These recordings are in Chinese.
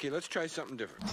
Okay, let's try something different.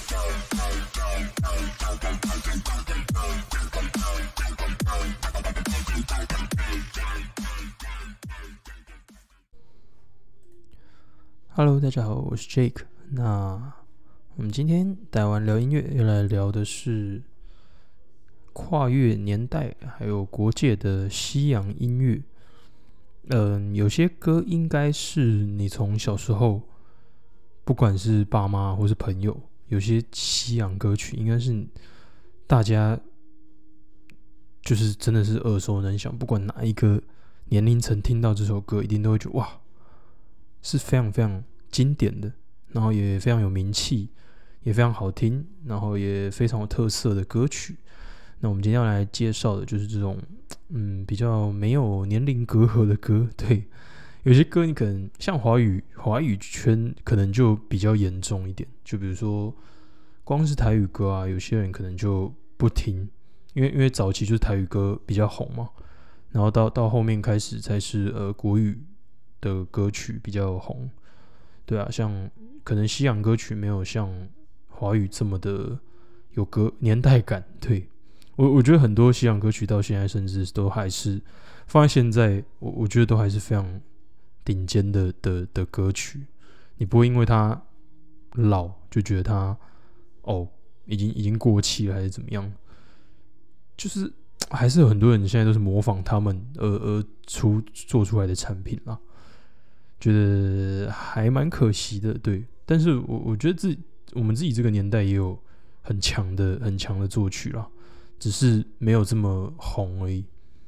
Hello， 大家好，我是 Jake。那我们今天台湾聊音乐，要来聊的是跨越年代还有国界的西洋音乐。有些歌应该是你从小时候，不管是爸妈或是朋友，有些西洋歌曲应该是大家就是真的是耳熟能详，不管哪一个年龄层听到这首歌，一定都会觉得哇，是非常非常经典的，然后也非常有名气，也非常好听，然后也非常有特色的歌曲。那我们今天要来介绍的就是这种比较没有年龄隔阂的歌。对，有些歌你可能像华语圈可能就比较严重一点，就比如说光是台语歌啊，有些人可能就不听，因为早期就是台语歌比较红嘛，然后到后面开始才是国语的歌曲比较红。对啊，像可能西洋歌曲没有像华语这么的有年代感。对，我觉得很多西洋歌曲到现在甚至都还是放在现在，我觉得都还是非常顶尖的歌曲。你不会因为它老就觉得它已经过气了还是怎么样，就是还是有很多人现在都是模仿他们而做出来的产品啦，觉得还蛮可惜的。对，但是我觉得我们自己这个年代也有很强的作曲啦，只是没有这么红而已。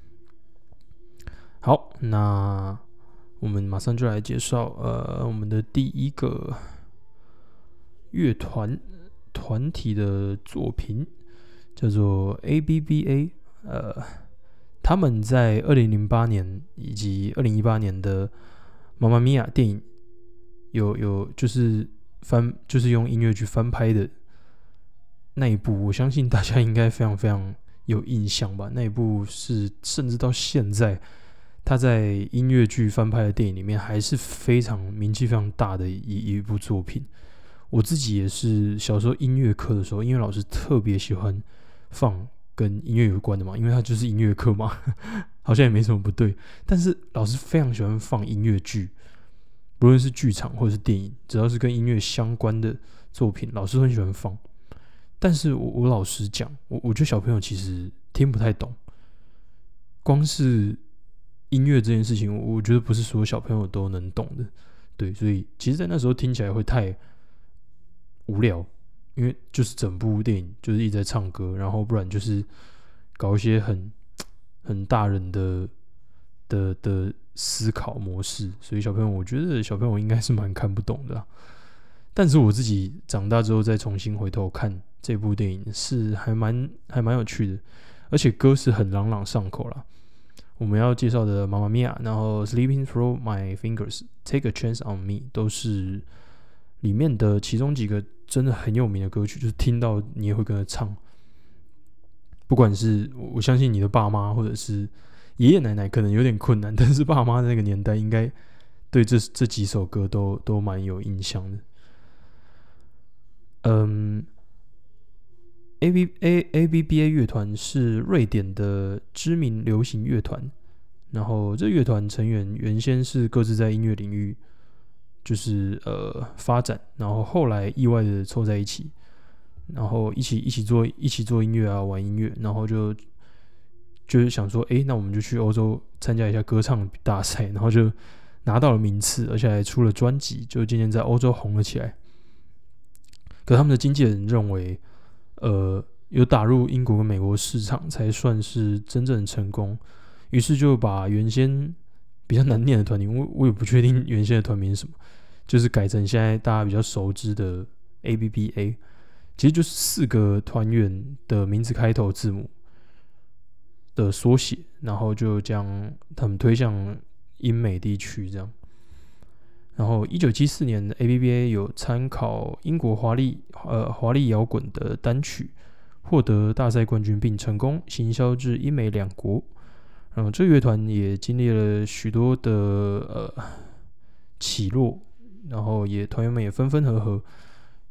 好，那我们马上就来介绍我们的第一个乐团体的作品，叫做 ABBA。他们在2008年以及2018年的《妈妈咪呀》电影有就是用音乐剧翻拍的那一部，我相信大家应该非常非常有印象吧。那一部是甚至到现在，他在音乐剧翻拍的电影里面还是非常名气非常大的一部作品。我自己也是小时候音乐课的时候，音乐老师特别喜欢放跟音乐有关的嘛，因为他就是音乐课嘛，好像也没什么不对。但是老师非常喜欢放音乐剧，不论是剧场或者是电影，只要是跟音乐相关的作品，老师都很喜欢放。但是我老实讲，我觉得小朋友其实听不太懂，光是音乐这件事情，我觉得不是所有小朋友都能懂的。对，所以其实在那时候听起来会太无聊，因为就是整部电影就是一直在唱歌，然后不然就是搞一些很大人的思考模式，所以我觉得小朋友应该是蛮看不懂的啦。但是我自己长大之后再重新回头看这部电影，是还蛮有趣的，而且歌是很朗朗上口啦。我们要介绍的《妈妈咪呀》，然后《Sleeping Through My Fingers》、《Take a Chance on Me》都是里面的其中几个真的很有名的歌曲，就是听到你也会跟着唱。不管是我相信你的爸妈或者是爷爷奶奶可能有点困难，但是爸妈那个年代应该对这几首歌都蛮有印象的。ABBA 乐团是瑞典的知名流行乐团，然后这乐团成员原先是各自在音乐领域就是发展，然后后来意外的凑在一起，然后一起做音乐啊，玩音乐，然后就是想说，那我们就去欧洲参加一下歌唱大赛，然后就拿到了名次，而且还出了专辑，就渐渐在欧洲红了起来。可他们的经纪人认为，有打入英国跟美国市场才算是真正成功，于是就把原先比较难念的团名，我也不确定原先的团名是什么，就是改成现在大家比较熟知的 ABBA， 其实就是4个团员的名字开头字母的缩写，然后就将他们推向英美地区这样。然后1974年的 ABBA 有参考英国华丽摇滚的单曲，获得大赛冠军，并成功行销至英美两国。然后这个乐团也经历了许多的起落，然后团员们也分分合合，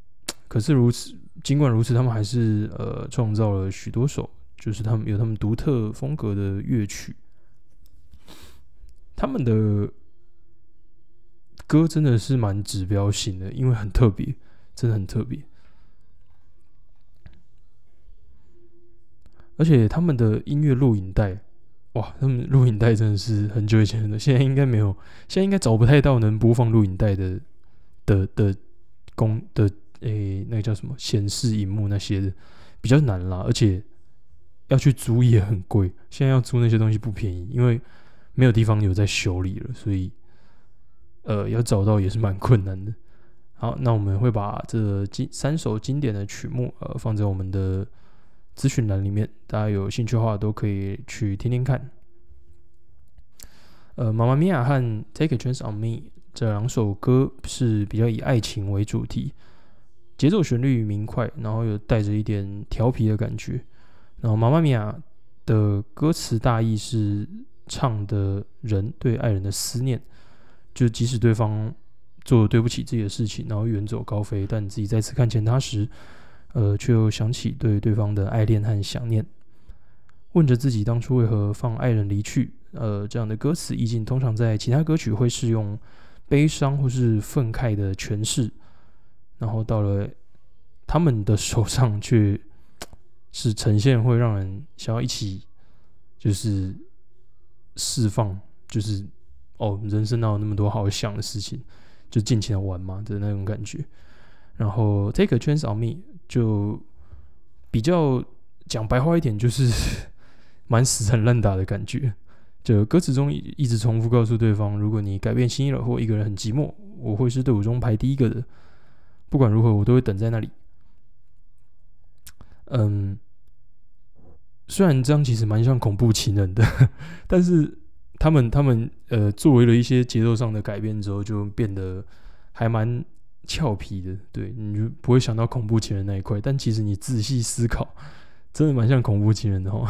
可是尽管如此，他们还是创造了许多首，就是他们独特风格的乐曲。他们的歌真的是蛮指标性的，因为很特别，真的很特别。而且他们的音乐录影带，哇，他们录影带真的是很久以前的，现在应该没有，现在应该找不太到能播放录影带的那个叫什么显示荧幕那些的，比较难啦，而且要去租也很贵，现在要租那些东西不便宜，因为没有地方有在修理了，所以要找到也是蛮困难的。好，那我们会把这3首经典的曲目放在我们的资讯栏里面，大家有兴趣的话都可以去听听看。Mamma Mia 和 Take a Chance on Me 这2首歌是比较以爱情为主题，节奏旋律明快，然后有带着一点调皮的感觉。然后 Mamma Mia 的歌词大意是唱的人对爱人的思念，就即使对方做对不起自己的事情，然后远走高飞，但自己再次看见他时，却又想起对对方的爱恋和想念，问着自己当初为何放爱人离去。这样的歌词意境通常在其他歌曲会是用悲伤或是愤慨的诠释，然后到了他们的手上却是呈现会让人想要一起就是释放，就是人生哪有那么多好想的事情，就尽情的玩嘛的那种感觉。然后 Take a Chance on Me 就比较讲白话一点，就是蛮死缠烂打的感觉。就歌词中一直重复告诉对方，如果你改变心意了，或一个人很寂寞，我会是队伍中排第一个的，不管如何我都会等在那里。虽然这样其实蛮像恐怖情人的，但是他们作为了一些节奏上的改变之后，就变得还蛮俏皮的。对，你就不会想到恐怖情人那一块，但其实你仔细思考，真的蛮像恐怖情人的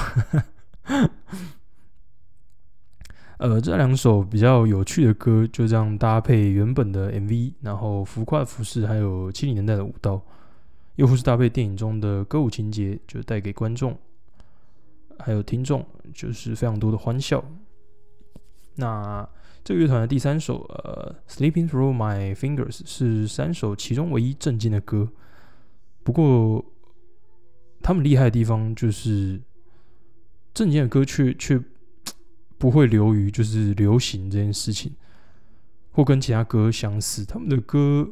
这2首比较有趣的歌就这样搭配原本的 MV， 然后浮夸的服饰，还有70年代的舞蹈，又或是搭配电影中的歌舞情节，就带给观众还有听众就是非常多的欢笑。那这个乐团的第3首Sleeping Through My Fingers 是3首其中唯一正经的歌，不过他们厉害的地方就是正经的歌却不会流于就是流行这件事情，或跟其他歌相似。他们的歌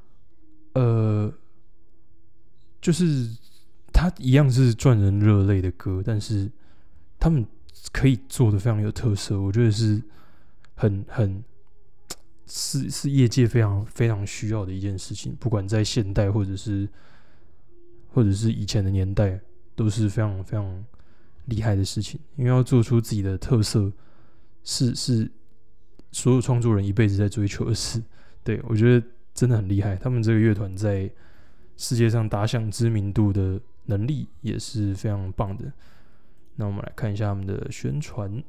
就是它一样是赚人热泪的歌，但是他们可以做得非常有特色，我觉得是是业界非常非常需要的一件事情，不管在现代或者是以前的年代，都是非常非常厉害的事情。因为要做出自己的特色，是所有创作人一辈子在追求的事。对，我觉得真的很厉害，他们这个乐团在世界上打响知名度的能力也是非常棒的。那我们来看一下他们的宣传，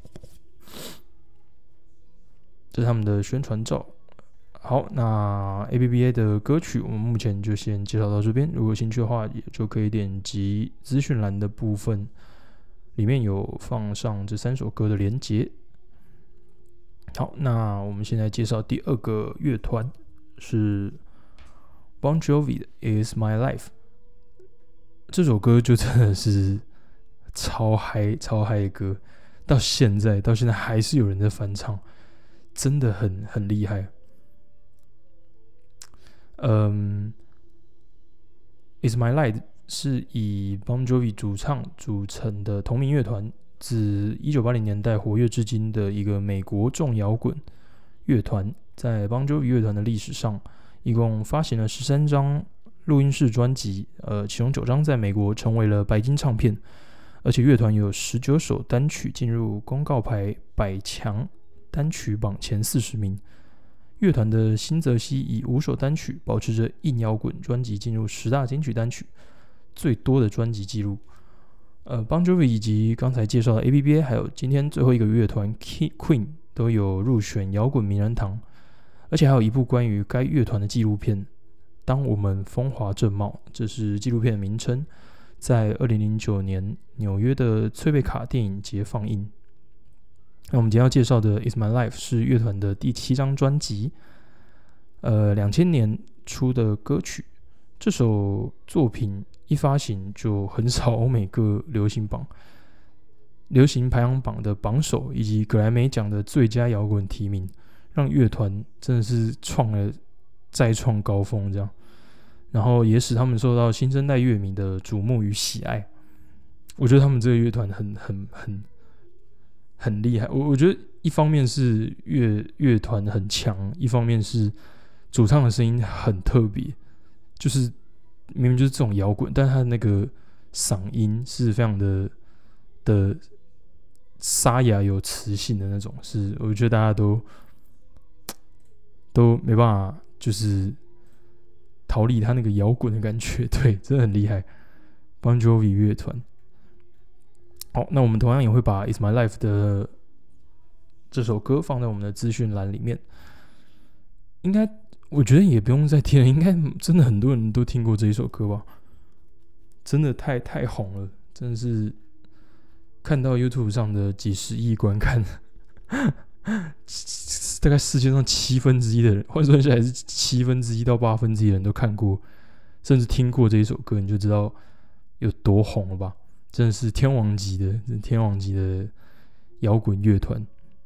这是他们的宣传照。好，那 ABBA 的歌曲我们目前就先介绍到这边，如果有兴趣的话，也就可以点击资讯栏的部分，里面有放上这3首歌的连结。好，那我们现在介绍第2个乐团是 Bon Jovi 的 Is My Life。 这首歌就真的是超嗨的歌，到现在还是有人在翻唱，真的很厉害。Is My Life 是以 Bon Jovi 主唱组成的同名乐团，自1980年代活跃至今的一个美国重摇滚乐团。在 Bon Jovi 乐团的历史上，一共发行了13张录音室专辑，其中9张在美国成为了白金唱片，而且乐团有19首单曲进入公告牌100强单曲榜前40名。乐团的新泽西以5首单曲保持着硬摇滚专辑进入10大金曲单曲最多的专辑记录。Bon Jovi 以及刚才介绍的 ABBA 还有今天最后一个乐团 Queen 都有入选摇滚名人堂，而且还有一部关于该乐团的纪录片当我们风华正茂，这是纪录片的名称，在2009年纽约的翠贝卡电影节放映。那我们今天要介绍的《It's My Life》是乐团的第7张专辑，2000年出的歌曲。这首作品一发行就横扫欧美各流行排行榜的榜首，以及格莱美奖的最佳摇滚提名，让乐团真的是再创高峰这样。然后也使他们受到新生代乐迷的瞩目与喜爱。我觉得他们这个乐团很厉害。我觉得一方面是乐团很强，一方面是主唱的声音很特别，就是明明就是这种摇滚，但他的那个嗓音是非常的沙哑有磁性的那种，是我觉得大家都没办法就是逃离他那个摇滚的感觉，对，真的很厉害。Bon Jovi 乐团。好，那我们同样也会把 It's My Life 的这首歌放在我们的资讯栏里面。应该我觉得也不用再听了，应该真的很多人都听过这一首歌吧？真的太红了，真的是看到 YouTube 上的几十亿观看，大概世界上1/7的人，换算下来是1/7到1/8的人都看过，甚至听过这一首歌，你就知道有多红了吧？真的是天王级的摇滚乐团。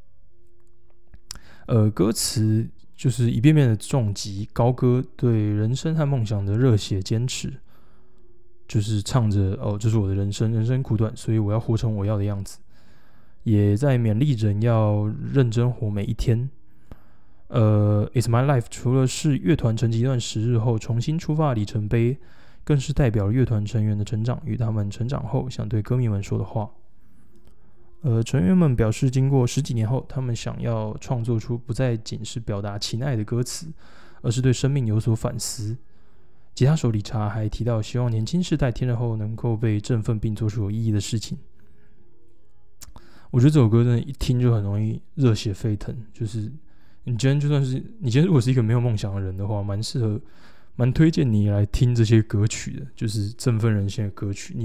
歌词就是一遍遍的重击高歌对人生和梦想的热血坚持，就是唱着这是我的人生苦短，所以我要活成我要的样子，也在勉励人要认真活每一天。It's My Life 除了是乐团沉寂一段时日后重新出发的里程碑，更是代表乐团成员的成长与他们成长后想对歌迷们说的话。成员们表示，经过10几年后，他们想要创作出不再仅是表达情爱的歌词，而是对生命有所反思。吉他手理查还提到，希望年轻世代听了后能够被振奋并做出有意义的事情。我觉得这首歌真的一听就很容易热血沸腾，就是你今天如果是一个没有梦想的人的话，蛮推荐你来听这些歌曲的，就是振奋人心的歌曲。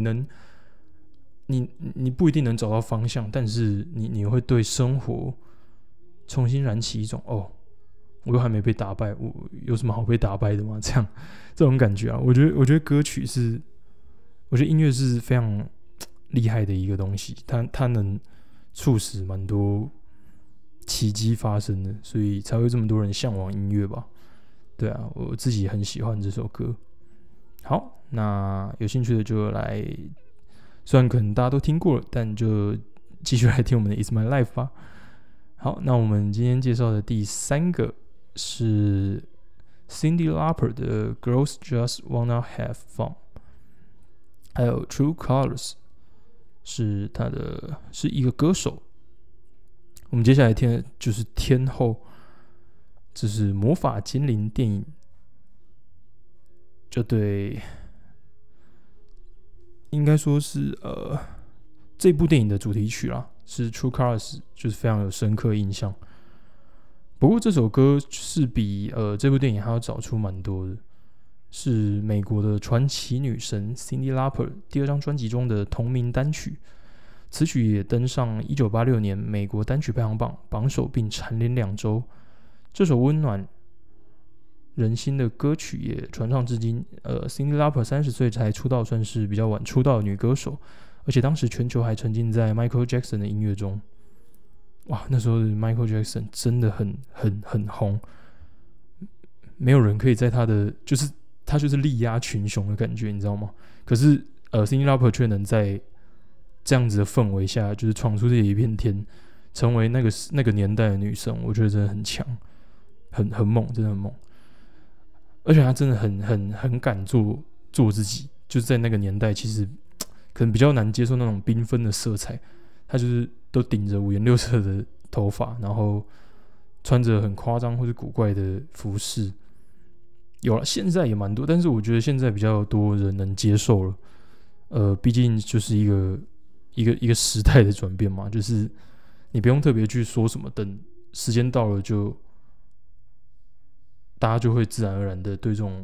你不一定能找到方向，但是你会对生活重新燃起一种我又还没被打败，我有什么好被打败的吗？这种感觉啊，我觉得歌曲是，我觉得音乐是非常厉害的一个东西，它能促使蛮多奇迹发生的，所以才会这么多人向往音乐吧。对啊，我自己很喜欢这首歌。好，那有兴趣的就来，虽然可能大家都听过了，但就继续来听我们的 It's My Life 吧。好，那我们今天介绍的第3个是 Cyndi Lauper 的 Girls Just Wanna Have Fun， 还有 True Colors 是一个歌手。我们接下来听的就是天后，这是魔法精灵电影，就对，应该说是这部电影的主题曲啦，是 True Colors， 就是非常有深刻印象。不过这首歌是比这部电影还要早出蛮多的，是美国的传奇女神 Cyndi Lauper 第2张专辑中的同名单曲。此曲也登上1986年美国单曲排行榜榜首，并蝉联2周。这首温暖人心的歌曲也传唱至今。Cyndi Lauper 30岁才出道，算是比较晚出道的女歌手，而且当时全球还沉浸在 Michael Jackson 的音乐中。哇，那时候的 Michael Jackson 真的很红，没有人可以在他就是力压群雄的感觉，你知道吗？可是Cyndi Lauper 却能在这样子的氛围下，就是闯出这一片天，成为那个年代的女神，我觉得真的很强，很猛，真的很猛。而且她真的很敢做自己，就是在那个年代，其实可能比较难接受那种缤纷的色彩，她就是都顶着5颜6色的头发，然后穿着很夸张或是古怪的服饰。有了，现在也蛮多，但是我觉得现在比较多人能接受了。毕竟就是一个时代的转变嘛，就是你不用特别去说什么，等时间到了大家就会自然而然的对这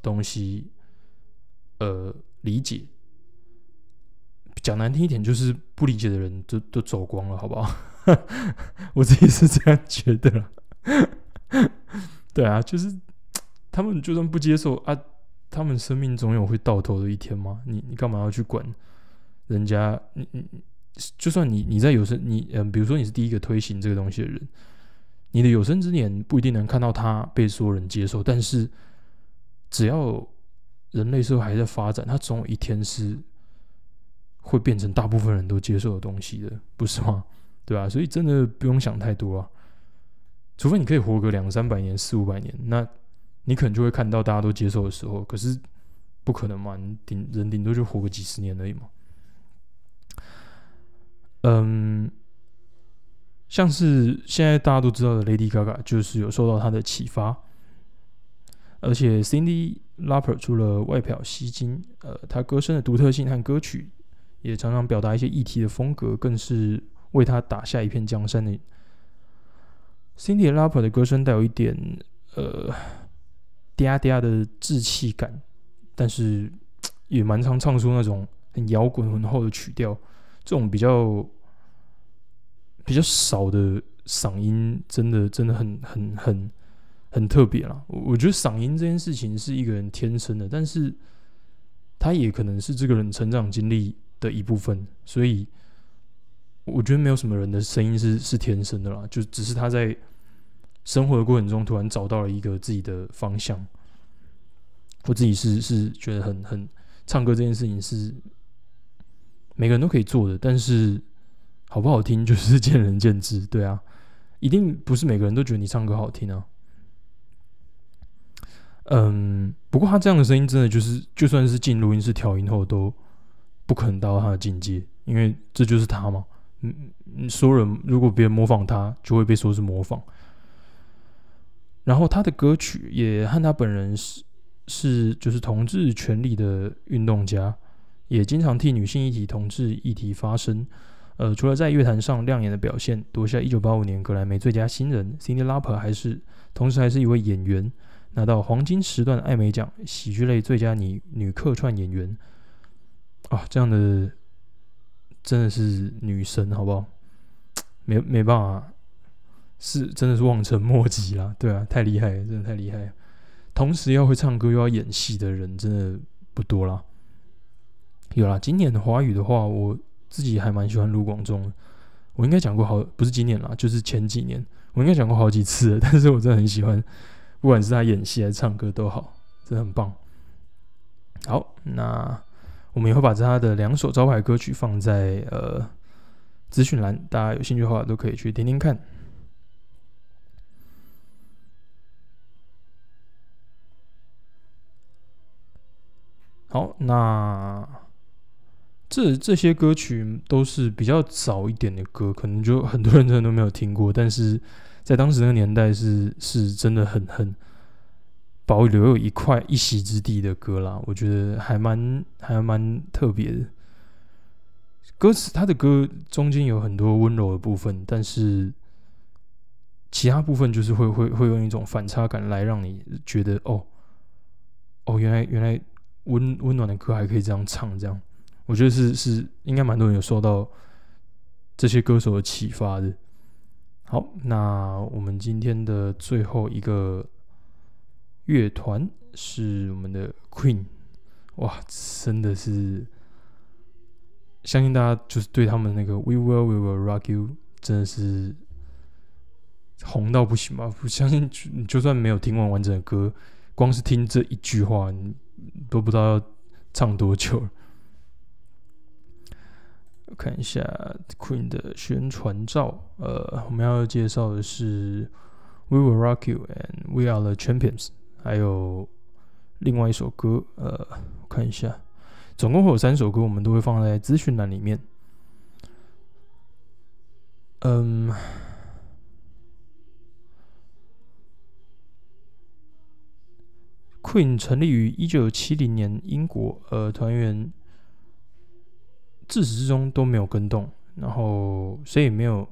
东西理解。讲难听一点，就是不理解的人都走光了，好不好？我自己是这样觉得啦。对啊，就是他们就算不接受啊，他们生命总有会到头的一天嘛。你干嘛要去管人家？就算你在有生比如说你是第一个推行这个东西的人，你的有生之年不一定能看到它被所有人接受，但是只要人类社会还在发展，它总有一天是会变成大部分人都接受的东西的，不是吗？对啊，所以真的不用想太多啊，除非你可以活个200-300年、400-500年，那你可能就会看到大家都接受的时候，可是不可能嘛，人顶多就活个几十年而已嘛。像是现在大家都知道的 Lady Gaga 就是有受到她的启发，而且 Cyndi Lauper 除了外表吸睛，她歌声的独特性和歌曲也常常表达一些议题的风格，更是为她打下一片江山的。Cyndi Lauper 的歌声带有一点嗲嗲的稚气感，但是也蛮常唱出那种很摇滚浑厚的曲调，这种比较少的嗓音，真的很特别啦。我觉得嗓音这件事情是一个人天生的，但是他也可能是这个人成长经历的一部分，所以我觉得没有什么人的声音是天生的啦，就只是他在生活的过程中突然找到了一个自己的方向。我自己是觉得很唱歌这件事情是每个人都可以做的，但是好不好听就是见仁见智，对啊，一定不是每个人都觉得你唱歌好听啊。不过他这样的声音真的就是就算是进录音室调音后都不可能达到他的境界，因为这就是他嘛。所有人如果别人模仿他，就会被说是模仿。然后他的歌曲也和他本人就是同志权利的运动家，也经常替女性议题、同志议题发声。除了在乐坛上亮眼的表现，夺下1985年格莱美最佳新人 ，Cyndi Lauper 同时还是一位演员，拿到黄金时段艾美奖喜剧类最佳女客串演员。啊，这样的真的是女神，好不好？没办法，真的是望尘莫及啦。对啊，太厉害了，真的太厉害了。同时要会唱歌又要演戏的人真的不多啦。有啦，今年的华语的话，我自己还蛮喜欢卢广仲的。我应该讲过不是今年啦，就是前几年，我应该讲过好几次了。但是我真的很喜欢，不管是他演戏还是唱歌都好，真的很棒。好，那我们也会把他的2首招牌歌曲放在资讯栏，大家有兴趣的话都可以去听听看。好，那这些歌曲都是比较早一点的歌，可能就很多人真的都没有听过，但是在当时那个年代是真的很保留有一席之地的歌啦，我觉得还蛮特别的。歌词，他的歌中间有很多温柔的部分，但是其他部分就是会用一种反差感来让你觉得原来温暖的歌还可以这样唱，这样我觉得是应该蛮多人有受到这些歌手的启发的。好，那我们今天的最后一个乐团是我们的 Queen， 哇，真的是相信大家就是对他们那个 We Will Rock You 真的是红到不行吧？我相信你就算没有听完整的歌，光是听这一句话，你都不知道要唱多久了。我看一下 Queen 的宣传照，我们要介绍的是 We Will Rock You and We Are the Champions， 还有另外一首歌，我看一下，总共会有3首歌，我们都会放在资讯栏里面。Queen 成立于1970年英国，团员自始至终都没有更动，然后谁也没有，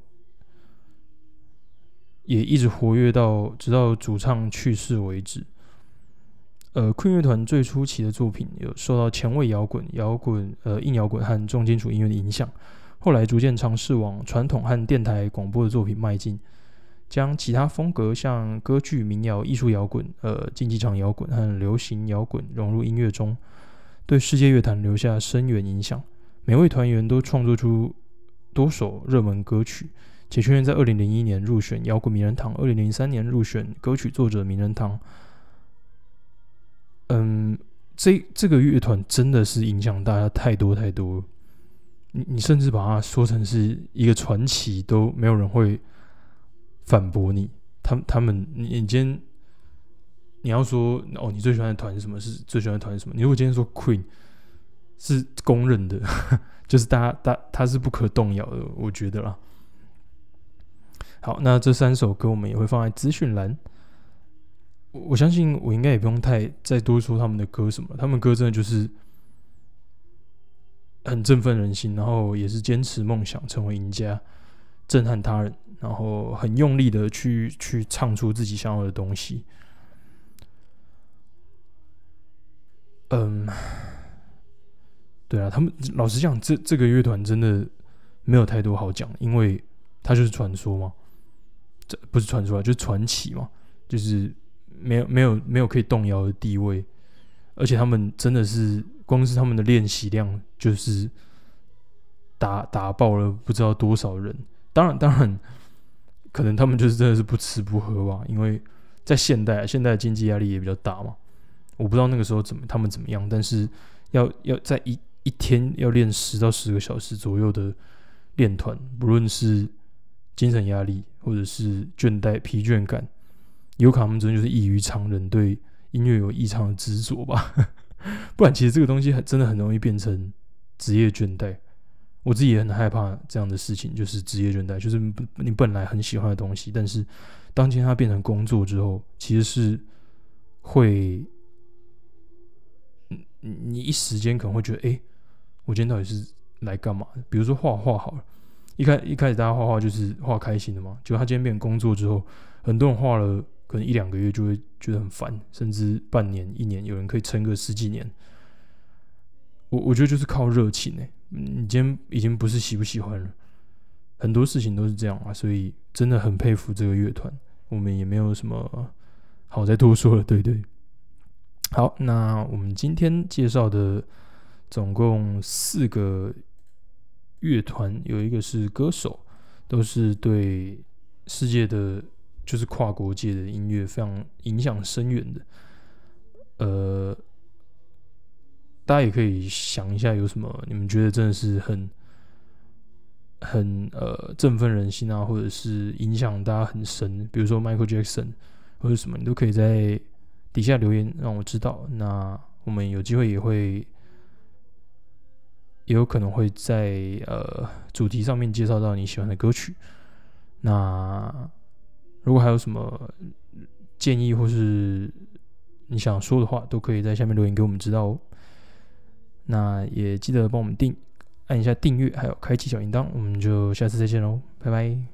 也一直活跃直到主唱去世为止。 Queen 乐团最初期的作品有受到前卫摇滚、硬摇滚和重金属音乐的影响，后来逐渐尝试往传统和电台广播的作品迈进，将其他风格像歌剧、民谣、艺术摇滚、竞技场摇滚和流行摇滚融入音乐中，对世界乐坛留下深远影响。每位团员都创作出多首热门歌曲，且全员在2001年入选摇滚名人堂，2003年入选歌曲作者名人堂。这个乐团真的是影响大家太多太多了。你甚至把它说成是一个传奇，都没有人会反驳你。他们，你今天你要说哦，你最喜欢的团是什么？是最喜欢的团是什么？你如果今天说 Queen 是公认的，就是它是不可动摇的，我觉得啦。好，那这3首歌我们也会放在资讯栏。我相信我应该也不用再多说他们的歌什么，他们歌真的就是很振奋人心，然后也是坚持梦想，成为赢家，震撼他人，然后很用力的去唱出自己想要的东西。对啊，他们老实讲，这个乐团真的没有太多好讲，因为它就是传说嘛，这不是传说啊，就是传奇嘛，就是没有可以动摇的地位，而且他们真的是光是他们的练习量就是打爆了不知道多少人。当然，可能他们就是真的是不吃不喝吧，因为在现代的经济压力也比较大嘛。我不知道那个时候他们怎么样，但是要在一天要练10到10个小时左右的练团，不论是精神压力或者是倦怠、疲倦感，有可能他们真的就是异于常人，对音乐有异常的执着吧。不然其实这个东西真的很容易变成职业倦怠。我自己也很害怕这样的事情，就是职业倦怠，就是你本来很喜欢的东西，但是当今天它变成工作之后，其实是会，你一时间可能会觉得，我今天到底是来干嘛的？比如说画画好了，一开始大家画画就是画开心的嘛，结果他今天变成工作之后，很多人画了可能1-2个月就会觉得很烦，甚至半年、1年，有人可以撑个10几年。我觉得就是靠热情你今天已经不是喜不喜欢了，很多事情都是这样啊，所以真的很佩服这个乐团。我们也没有什么好再多说了，对。好，那我们今天介绍的总共4个乐团，有一个是歌手，都是对世界的就是跨国界的音乐非常影响深远的。大家也可以想一下，有什么你们觉得真的是很振奋人心啊，或者是影响大家很深，比如说 Michael Jackson 或者什么，你都可以在底下留言让我知道。那我们有机会也有可能会在主题上面介绍到你喜欢的歌曲。那如果还有什么建议或是你想说的话，都可以在下面留言给我们知道哦。那也记得帮我们按一下订阅，还有开启小铃铛，我们就下次再见喽，拜拜。